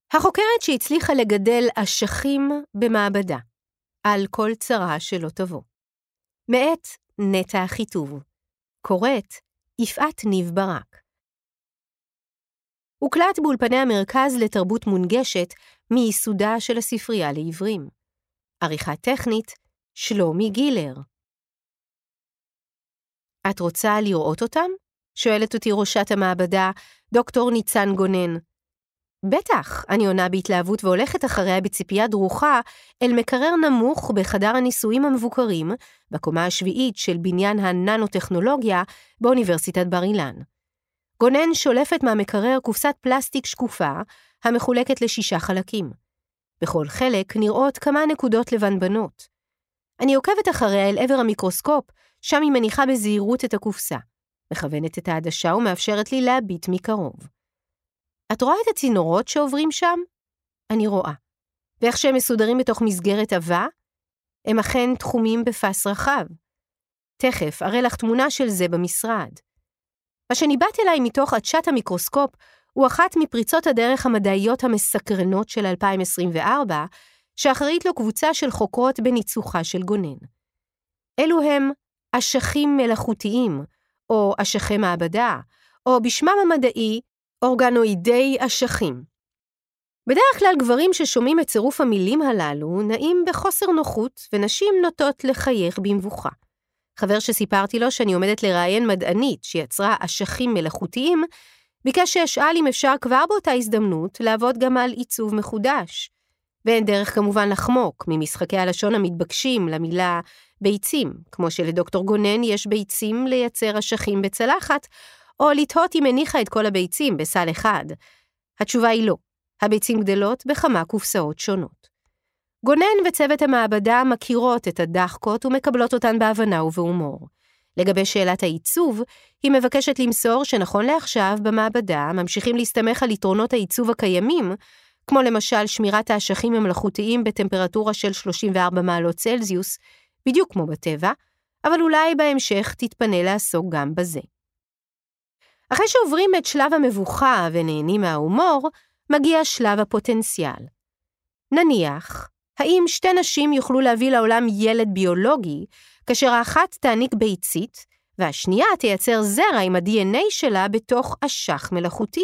החוקרת שהצליחה לגדל אשכים במעבדה, על כל צרה שלא תבוא. מאת נטע חיטוב. קוראת יפעת ניב ברק. הוקלט באולפני המרכז לתרבות מונגשת מייסודה של הספרייה לעברים. עריכה טכנית, שלומי גילר. את רוצה לראות אותם? שואלת אותי ראשת המעבדה, דוקטור ניצן גונן. בטח, אני עונה בהתלהבות והולכת אחריה בציפייה דרוכה אל מקרר נמוך בחדר הניסויים המבוקרים, בקומה השביעית של בניין הננוטכנולוגיה באוניברסיטת בר אילן. גונן שולפת מהמקרר קופסת פלסטיק שקופה, המחולקת ל6 חלקים. בכל חלק נראות כמה נקודות לבנבנות. אני עוקבת אחריה אל עבר המיקרוסקופ, שם היא מניחה בזהירות את הקופסה, מכוונת את העדשה ומאפשרת לי להביט מקרוב. את רואה את הצינורות שעוברים שם? אני רואה. ואיך שהם מסודרים בתוך מסגרת עבה? הם אכן תחומים בפס רחב. תכף אראה לך תמונה של זה במשרד. מה שניבט אליי מתוך עדשת המיקרוסקופ הוא אחת מפריצות הדרך המדעיות המסקרנות של 2024, שאחראית לו קבוצה של חוקרות בניצוחה של גונן. אלו הם אשכים מלאכותיים, או אשכי מעבדה, או בשמם המדעי, אורגנואידי אשכים. בדרך כלל גברים ששומעים את צירוף המילים הללו נעים בחוסר נוחות, ונשים נוטות לחייך במבוכה. חבר שסיפרתי לו שאני עומדת לראיין מדענית שיצרה אשכים מלאכותיים, ביקש שאשאל אם אפשר כבר באותה הזדמנות לעבוד גם על עיצוב מחודש. ואין דרך כמובן לחמוק ממשחקי הלשון המתבקשים למילה ביצים, כמו שלדוקטור גונן יש ביצים לייצר אשכים בצלחת, או לתהות אם הניחה את כל הביצים בסל אחד. התשובה היא לא. הביצים גדלות בכמה קופסאות שונות. גונן וצוות המעבדה מכירות את הדחקות ומקבלות אותן בהבנה ובהומור. לגבי שאלת העיצוב, היא מבקשת למסור שנכון לעכשיו במעבדה ממשיכים להסתמך על יתרונות העיצוב הקיימים, כמו למשל שמירת האשכים המלאכותיים בטמפרטורה של 34 מעלות צלזיוס, בדיוק כמו בטבע, אבל אולי בהמשך תתפנה לעסוק גם בזה. אחרי שעוברים את שלב המבוכה ונהנים מההומור, מגיע שלב הפוטנציאל. נניח, האם שתי נשים יוכלו להביא לעולם ילד ביולוגי, כאשר האחת תעניק ביצית, והשנייה תייצר זרע עם ה-DNA שלה בתוך אשך מלאכותי?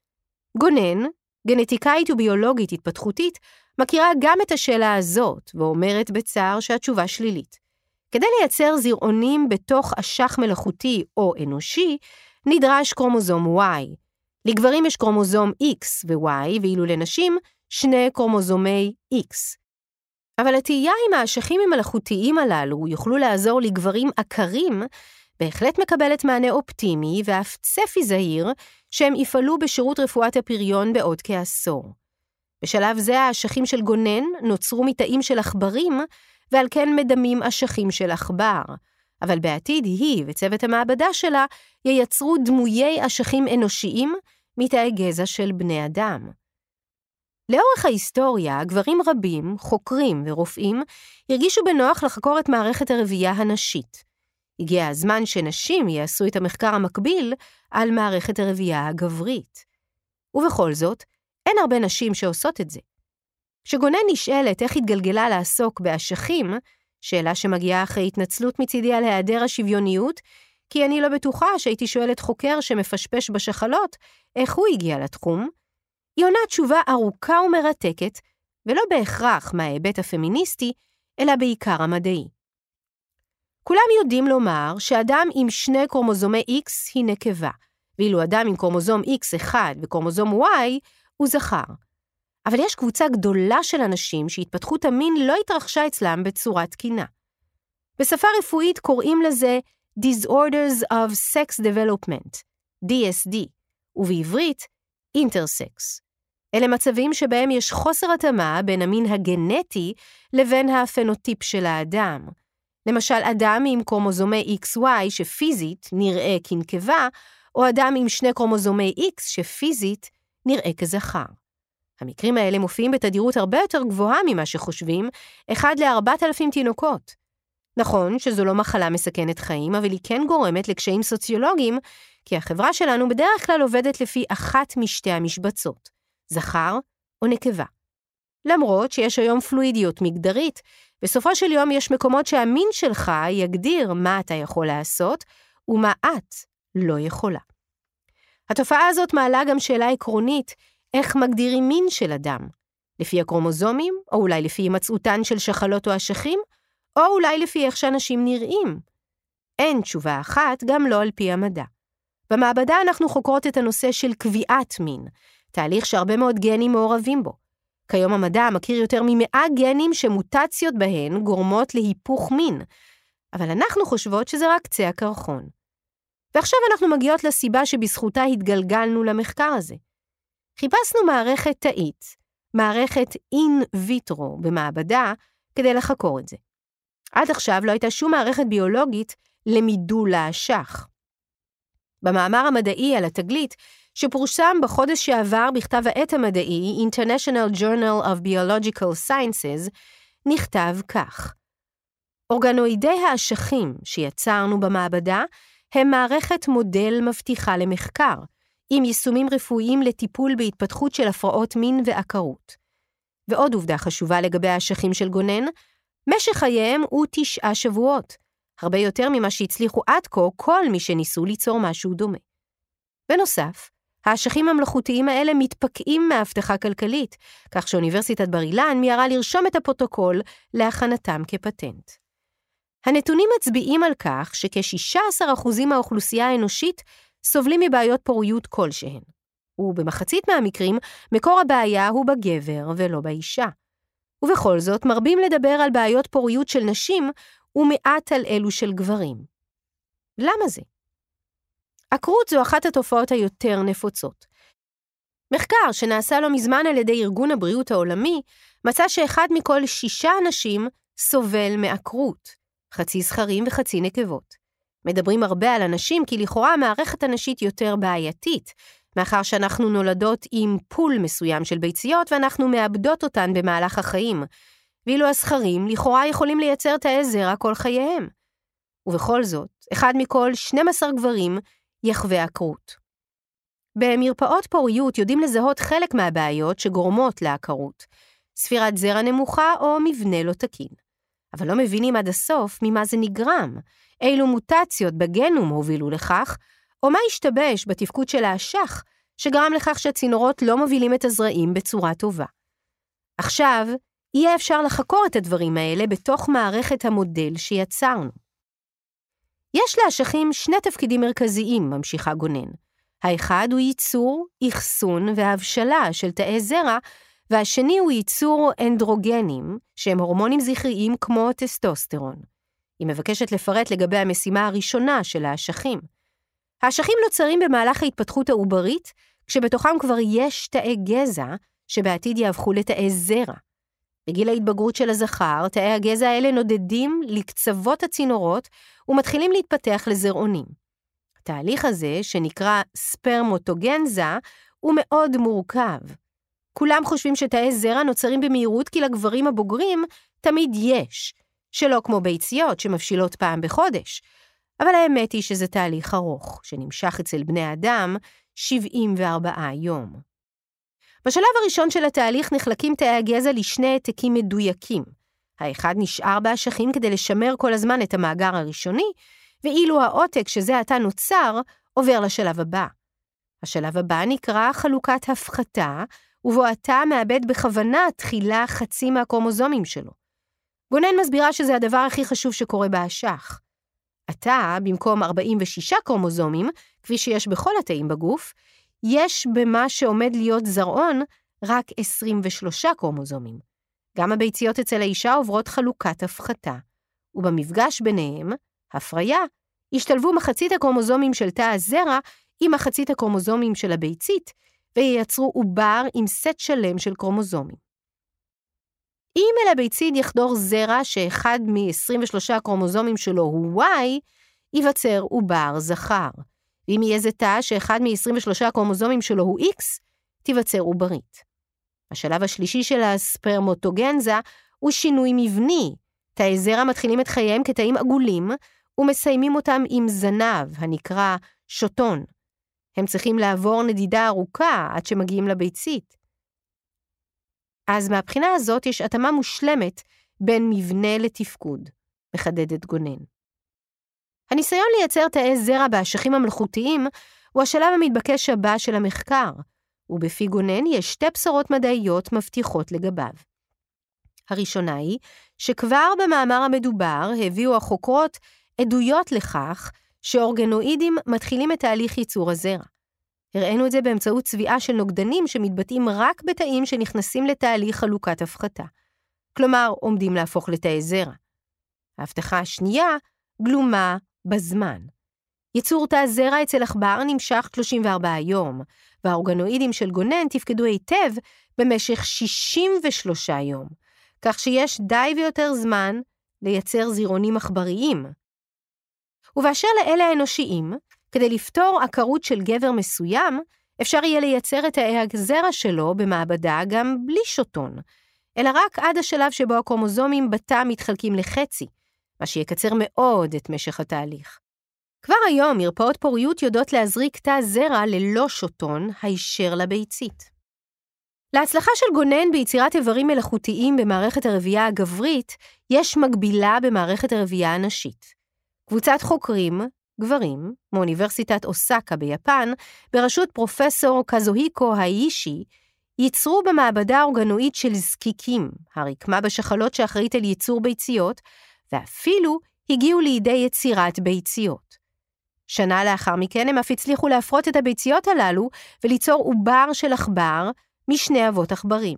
גונן, גנטיקאית וביולוגית התפתחותית, מכירה גם את השאלה הזאת, ואומרת בצער שהתשובה שלילית. כדי לייצר זרעונים בתוך אשך מלאכותי או אנושי, נדרש קרומוזום Y. לגברים יש קרומוזום X ו-Y, ואילו לנשים 2 קרומוזומי X. אבל התהייה עם האשכים המלאכותיים הללו יוכלו לעזור לגברים עקרים, בהחלט מקבלת מענה אופטימי ואף צפי זהיר שהם יפעלו בשירות רפואת הפריון בעוד כעשור. בשלב זה האשכים של גונן נוצרו מתאים של עכברים, ועל כן מדמים אשכים של עכבר. אבל בעתיד היא וצוות המעבדה שלה ייצרו דמויי אשכים אנושיים מתאי גזע של בני אדם. לאורך ההיסטוריה, גברים רבים, חוקרים ורופאים, הרגישו בנוח לחקור את מערכת הרבייה הנשית. הגיע הזמן שנשים יעשו את המחקר המקביל על מערכת הרבייה הגברית. ובכל זאת, אין הרבה נשים שעושות את זה. כשגונן נשאלת איך התגלגלה לעסוק באשכים, שאלה שמגיעה אחרי התנצלות מצידי על היעדר השוויוניות, כי אני לא בטוחה שהייתי שואלת חוקר שמפשפש בשחלות איך הוא הגיע לתחום, היא עונה תשובה ארוכה ומרתקת, ולא בהכרח מההיבט הפמיניסטי, אלא בעיקר המדעי. כולם יודעים לומר שאדם עם 2 קרומוזומי X היא נקבה, ואילו אדם עם קרומוזום X1 וקרומוזום Y הוא זכר. אבל יש קבוצה גדולה של אנשים שהתפתחות המין לא התרחשה אצלם בצורה תקינה. בשפה רפואית קוראים לזה Disorders of Sex Development, DSD, ובעברית Intersex. אלה מצבים שבהם יש חוסר התאמה בין המין הגנטי לבין הפנוטיפ של האדם. למשל, אדם עם קרומוזומי XY שפיזית נראה כנקבה, או אדם עם 2 קרומוזומי X שפיזית נראה כזכר. המקרים האלה מופיעים בתדירות הרבה יותר גבוהה ממה שחושבים, 1 ל-4,000 תינוקות. נכון שזו לא מחלה מסכנת חיים, אבל היא כן גורמת לקשיים סוציולוגיים, כי החברה שלנו בדרך כלל עובדת לפי אחת משתי המשבצות, זכר או נקבה. למרות שיש היום פלואידיות מגדרית, בסופו של יום יש מקומות שהמין שלך יגדיר מה אתה יכול לעשות, ומה את לא יכולה. התופעה הזאת מעלה גם שאלה עקרונית, איך מגדירים מין של אדם? לפי הקרומוזומים, או אולי לפי הימצאותן של שחלות או אשכים, או אולי לפי איך שאנשים נראים. אין תשובה אחת, גם לא על פי המדע. במעבדה אנחנו חוקרות את הנושא של קביעת מין, תהליך שהרבה מאוד גנים מעורבים בו. כיום המדע מכיר יותר מ100 גנים שמוטציות בהן גורמות להיפוך מין, אבל אנחנו חושבות שזה רק קצה הקרחון. ועכשיו אנחנו מגיעות לסיבה שבזכותה התגלגלנו למחקר הזה. חיפשנו מערכת תאית, מערכת אין ויטרו במעבדה, כדי לחקור את זה. עד עכשיו לא הייתה שום מערכת ביולוגית למידול האשך. במאמר המדעי על התגלית, שפורסם בחודש שעבר בכתב העת המדעי International Journal of Biological Sciences, נכתב כך: אורגנואידי האשכים שיצרנו במעבדה הם מערכת מודל מבטיחה למחקר, עם יישומים רפואיים לטיפול בהתפתחות של הפרעות מין ועקרות. ועוד עובדה חשובה לגבי האשכים של גונן, משך חייהם הוא 9 שבועות, הרבה יותר ממה שהצליחו עד כה כל מי שניסו ליצור משהו דומה. בנוסף, האשכים המלאכותיים האלה מתפקעים מהבטחה כלכלית, כך שאוניברסיטת בר אילן מיהרה לרשום את הפרוטוקול להכנתם כפטנט. הנתונים מצביעים על כך שכ-16% מהאוכלוסייה האנושית סובלים מבעיות פוריות כלשהן, ובמחצית מהמקרים מקור הבעיה הוא בגבר ולא באישה. ובכל זאת מרבים לדבר על בעיות פוריות של נשים ומעט על אלו של גברים. למה זה? עקרות זו אחת התופעות היותר נפוצות. מחקר שנעשה לא מזמן על ידי ארגון הבריאות העולמי, מצא שאחד מכל 6 אנשים סובל מעקרות, חצי זכרים וחצי נקבות. מדברים הרבה על הנשים כי לכאורה המערכת הנשית יותר בעייתית, מאחר שאנחנו נולדות עם פול מסוים של ביציות ואנחנו מאבדות אותן במהלך החיים, ואילו הזכרים לכאורה יכולים לייצר תאי זרע כל חייהם. ובכל זאת, אחד מכל 12 גברים יחווה עקרות. במרפאות פוריות יודעים לזהות חלק מהבעיות שגורמות לעקרות, ספירת זרע נמוכה או מבנה לא תקין. אבל לא מבינים עד הסוף ממה זה נגרם, אילו מוטציות בגנום הובילו לכך, או מה השתבש בתפקוד של האשך, שגרם לכך שהצינורות לא מובילים את הזרעים בצורה טובה. עכשיו, יהיה אפשר לחקור את הדברים האלה בתוך מערכת המודל שיצרנו. יש לאשכים 2 תפקידים מרכזיים, ממשיכה גונן. האחד הוא ייצור, אחסון והבשלה של תאי זרע, והשני הוא ייצור אנדרוגנים, שהם הורמונים זכריים כמו טסטוסטרון. היא מבקשת לפרט לגבי המשימה הראשונה של האשכים. האשכים נוצרים במהלך ההתפתחות העוברית, כשבתוכם כבר יש תאי גזע, שבעתיד יהפכו לתאי זרע. בגיל ההתבגרות של הזכר, תאי הגזע האלה נודדים לקצוות הצינורות, ומתחילים להתפתח לזרעונים. התהליך הזה, שנקרא ספרמוטוגנזה, הוא מאוד מורכב. כולם חושבים שתאי זרע נוצרים במהירות כי לגברים הבוגרים תמיד יש, שלא כמו ביציות שמפשילות פעם בחודש. אבל האמת היא שזה תהליך ארוך, שנמשך אצל בני אדם 74 יום. בשלב הראשון של התהליך נחלקים תאי הגזע ל2 העתקים מדויקים. האחד נשאר באשכים כדי לשמר כל הזמן את המאגר הראשוני, ואילו העותק שזה עתה נוצר עובר לשלב הבא. השלב הבא נקרא חלוקת הפחתה, ובו אתה מאבד בכוונה תחילה חצי מהקרומוזומים שלו. גונן מסבירה שזה הדבר הכי חשוב שקורה באשך. אתה, במקום 46 קרומוזומים, כפי שיש בכל התאים בגוף, יש במה שעומד להיות זרעון רק 23 קרומוזומים. גם הביציות אצל האישה עוברות חלוקת הפחתה, ובמפגש ביניהם, הפריה, ישתלבו מחצית הקרומוזומים של תא הזרע עם מחצית הקרומוזומים של הביצית, וייצרו עובר עם סט שלם של קרומוזומים. אם אל הביצית יחדור זרע שאחד מ-23 הקרומוזומים שלו הוא Y, ייווצר עובר זכר. ואם יהיה זה תא שאחד מ-23 הקרומוזומים שלו הוא X, תיווצר עוברית. השלב השלישי של הספרמוטוגנזה הוא שינוי מבני. תאי זרע מתחילים את חייהם כתאים עגולים, ומסיימים אותם עם זנב, הנקרא שוטון. הם צריכים לעבור נדידה ארוכה עד שמגיעים לביצית. אז מהבחינה הזאת יש התאמה מושלמת בין מבנה לתפקוד, מחדדת גונן. הניסיון לייצר תאי זרע באשכים המלאכותיים הוא השלב המתבקש הבא של המחקר, ובפי גונן יש שתי בשורות מדעיות מבטיחות לגביו. הראשונה היא שכבר במאמר המדובר הביאו החוקרות עדויות לכך שאורגנואידים מתחילים את תהליך ייצור הזרע. הראינו את זה באמצעות צביעה של נוגדנים שמתבטאים רק בתאים שנכנסים לתהליך חלוקת הפחתה. כלומר, עומדים להפוך לתאי זרע. ההבטחה השנייה גלומה בזמן. ייצור תא זרע אצל עכבר נמשך 34 יום, והאורגנואידים של גונן תפקדו היטב במשך 63 יום, כך שיש די ויותר זמן לייצר זירעונים עכבריים. ובאשר לאלה האנושיים, כדי לפתור עקרות של גבר מסוים, אפשר יהיה לייצר את תאי הזרע שלו במעבדה גם בלי שוטון, אלא רק עד השלב שבו הקרומוזומים בתא מתחלקים לחצי, מה שיקצר מאוד את משך התהליך. כבר היום מרפאות פוריות יודעות להזריק תא זרע ללא שוטון הישר לביצית. להצלחה של גונן ביצירת איברים מלאכותיים במערכת הרבייה הגברית, יש מקבילה במערכת הרבייה הנשית. קבוצת חוקרים, גברים, מאוניברסיטת אוסקה ביפן, בראשות פרופסור קזוהיקו האישי, ייצרו במעבדה אורגנואית של זקיקים, הרקמה בשחלות שאחראית על ייצור ביציות, ואפילו הגיעו לידי יצירת ביציות. שנה לאחר מכן הם אף הצליחו להפרות את הביציות הללו וליצור עובר של עכבר משני אבות עכברים.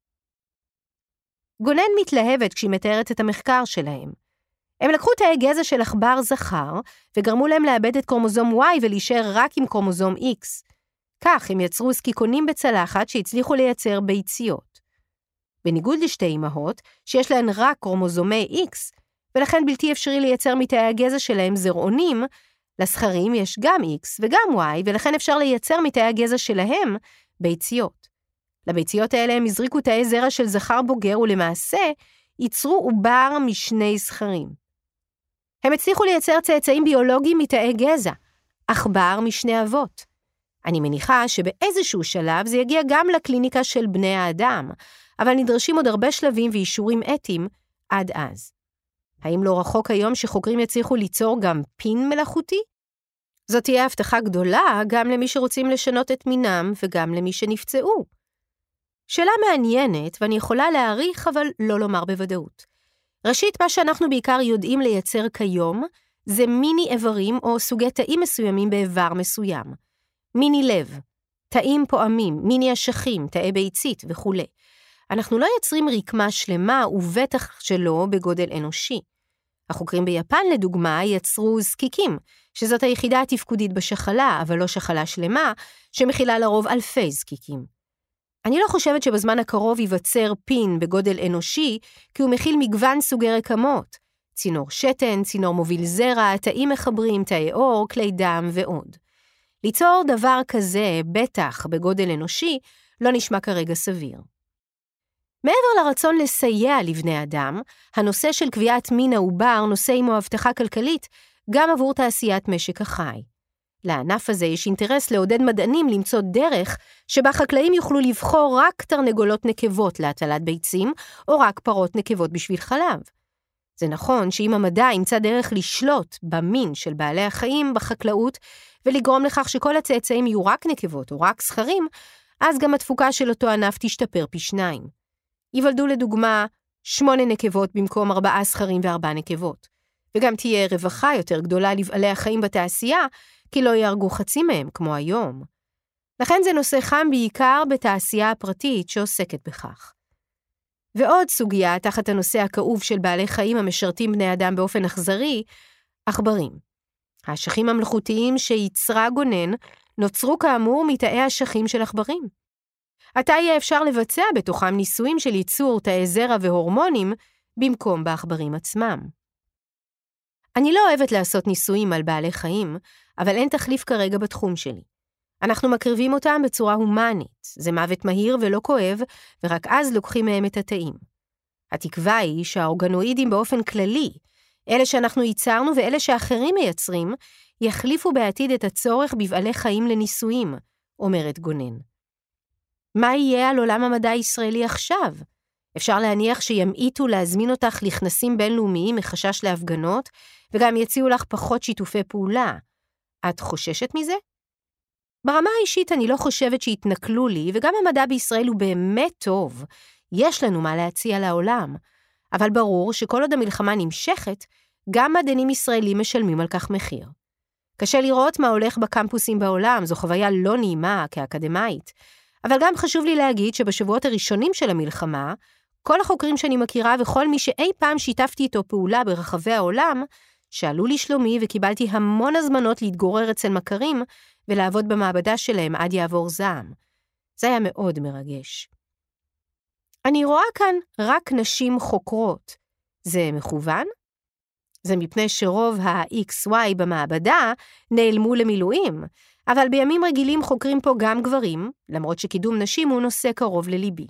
גונן מתלהבת כשהיא מתארת את המחקר שלהם. הם לקחו תאי גזע של עכבר זכר וגרמו להם לאבד את קרומוזום Y ולהישאר רק עם קרומוזום X. כך הם יצרו זקיקונים בצלחת שהצליחו לייצר ביציות. בניגוד לשתי אמהות שיש להן רק קרומוזומי X, ולכן בלתי אפשרי לייצר מתאי הגזע שלהם זרעונים, לזכרים יש גם X וגם Y, ולכן אפשר לייצר מתאי הגזע שלהם ביציות. לביציות האלה הם הזריקו תאי זרע של זכר בוגר, ולמעשה ייצרו עובר משני זכרים. הם הצליחו לייצר צאצאים ביולוגיים מתאי גזע, עכבר משני אבות. אני מניחה שבאיזשהו שלב זה יגיע גם לקליניקה של בני האדם, אבל נדרשים עוד הרבה שלבים ואישורים אתיים עד אז. האם לא רחוק היום שחוקרים יצליחו ליצור גם פין מלאכותי? זאת תהיה הבטחה גדולה גם למי שרוצים לשנות את מינם וגם למי שנפצעו. שאלה מעניינת, ואני יכולה להעריך אבל לא לומר בוודאות. ראשית, מה שאנחנו בעיקר יודעים לייצר כיום, זה מיני איברים או סוגי תאים מסוימים באיבר מסוים. מיני לב, תאים פועמים, מיני אשכים, תאי ביצית וכו'. אנחנו לא יוצרים רקמה שלמה ובטח שלא בגודל אנושי. החוקרים ביפן לדוגמה יצרו זקיקים, שזאת היחידה התפקודית בשחלה, אבל לא שחלה שלמה, שמכילה לרוב אלפי זקיקים. אני לא חושבת שבזמן הקרוב ייווצר פין בגודל אנושי, כי הוא מכיל מגוון סוגי רקמות, צינור שתן, צינור מוביל זרע, תאים מחברים, תאי אור, כלי דם ועוד. ליצור דבר כזה, בטח בגודל אנושי, לא נשמע כרגע סביר. מעבר לרצון לסייע לבני אדם, הנושא של קביעת מין העובר נושא עמו הבטחה כלכלית גם עבור תעשיית משק החי. לענף הזה יש אינטרס לעודד מדענים למצוא דרך שבה חקלאים יוכלו לבחור רק תרנגולות נקבות להטלת ביצים, או רק פרות נקבות בשביל חלב. זה נכון שאם המדע ימצא דרך לשלוט במין של בעלי החיים בחקלאות, ולגרום לכך שכל הצאצאים יהיו רק נקבות או רק זכרים, אז גם התפוקה של אותו ענף תשתפר פי 2. ייוולדו לדוגמה 8 נקבות במקום 4 זכרים ו4 נקבות. וגם תהיה רווחה יותר גדולה לבעלי החיים בתעשייה, כי לא יארגו חצי מהם כמו היום. לכן זה נושא חם בעיקר בתעשייה הפרטית שעוסקת בכך. ועוד סוגיה תחת הנושא הכאוב של בעלי חיים המשרתים בני אדם באופן אכזרי, עכברים. האשכים המלאכותיים שייצרה גונן נוצרו כאמור מתאי אשכים של עכברים. עתה יהיה אפשר לבצע בתוכם ניסויים של ייצור תאי זרע והורמונים במקום בעכברים עצמם. אני לא אוהבת לעשות ניסויים על בעלי חיים, אבל אין תחליף כרגע בתחום שלי. אנחנו מקריבים אותם בצורה הומנית, זה מוות מהיר ולא כואב, ורק אז לוקחים מהם את התאים. התקווה היא שהאורגנואידים באופן כללי, אלה שאנחנו ייצרנו ואלה שאחרים מייצרים, יחליפו בעתיד את הצורך בבעלי חיים לניסויים, אומרת גונן. מה יהיה על עולם המדע הישראלי עכשיו? אפשר להניח שימעיטו להזמין אותך לכנסים בינלאומיים מחשש להפגנות, וגם יציעו לך פחות שיתופי פעולה. את חוששת מזה? ברמה האישית אני לא חושבת שהתנכלו לי, וגם המדע בישראל הוא באמת טוב. יש לנו מה להציע לעולם. אבל ברור שכל עוד המלחמה נמשכת, גם מדענים ישראלים משלמים על כך מחיר. קשה לראות מה הולך בקמפוסים בעולם, זו חוויה לא נעימה כאקדמאית. אבל גם חשוב לי להגיד שבשבועות הראשונים של המלחמה, כל החוקרים שאני מכירה וכל מי שאי פעם שיתפתי איתו פעולה ברחבי העולם, שאלו לי שלומי וקיבלתי המון הזמנות להתגורר אצל מכרים ולעבוד במעבדה שלהם עד יעבור זעם. זה היה מאוד מרגש. אני רואה כאן רק נשים חוקרות. זה מכוון? זה מפני שרוב ה-XY במעבדה נעלמו למילואים, אבל בימים רגילים חוקרים פה גם גברים, למרות שקידום נשים הוא נושא קרוב לליבי.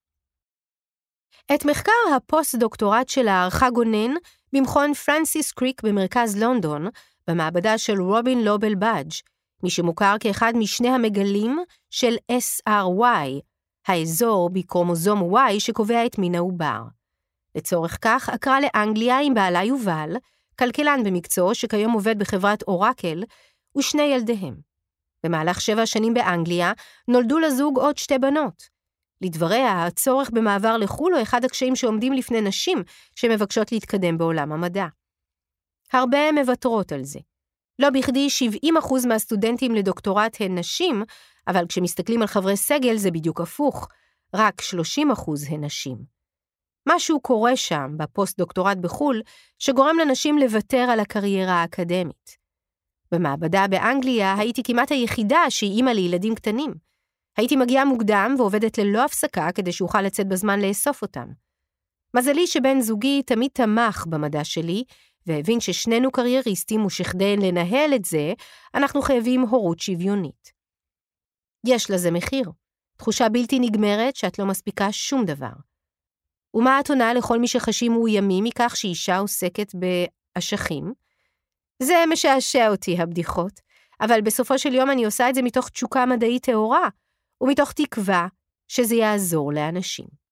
את מחקר הפוסט-דוקטורט שלה ערכה גונן במכון פרנסיס קריק במרכז לונדון, במעבדה של רובין לובל בדג', מי שמוכר כאחד משני המגלים של SRY, האזור בקרומוזום Y שקובע את מין העובר. לצורך כך עקרה לאנגליה עם בעלה יובל, כלכלן במקצוע שכיום עובד בחברת אורקל, ושני ילדיהם. במהלך 7 שנים באנגליה נולדו לזוג עוד 2 בנות. לדבריה, הצורך במעבר לחו"ל הוא אחד הקשיים שעומדים לפני נשים שמבקשות להתקדם בעולם המדע. הרבה מוותרות על זה. לא בכדי 70% מהסטודנטים לדוקטורט הן נשים, אבל כשמסתכלים על חברי סגל זה בדיוק הפוך, רק 30% הן נשים. משהו קורה שם, בפוסט-דוקטורט בחו"ל, שגורם לנשים לוותר על הקריירה האקדמית. במעבדה באנגליה הייתי כמעט היחידה שהיא אימא לילדים קטנים. הייתי מגיעה מוקדם ועובדת ללא הפסקה כדי שאוכל לצאת בזמן לאסוף אותם. מזלי שבן זוגי תמיד תמך במדע שלי, והבין ששנינו קרייריסטים ושכדי לנהל את זה, אנחנו חייבים הורות שוויונית. יש לזה מחיר. תחושה בלתי נגמרת שאת לא מספיקה שום דבר. ומה את עונה לכל מי שחשים מאוימים מכך שאישה עוסקת באשכים? זה משעשע אותי הבדיחות, אבל בסופו של יום אני עושה את זה מתוך תשוקה מדעית טהורה, ומתוך תקווה שזה יעזור לאנשים.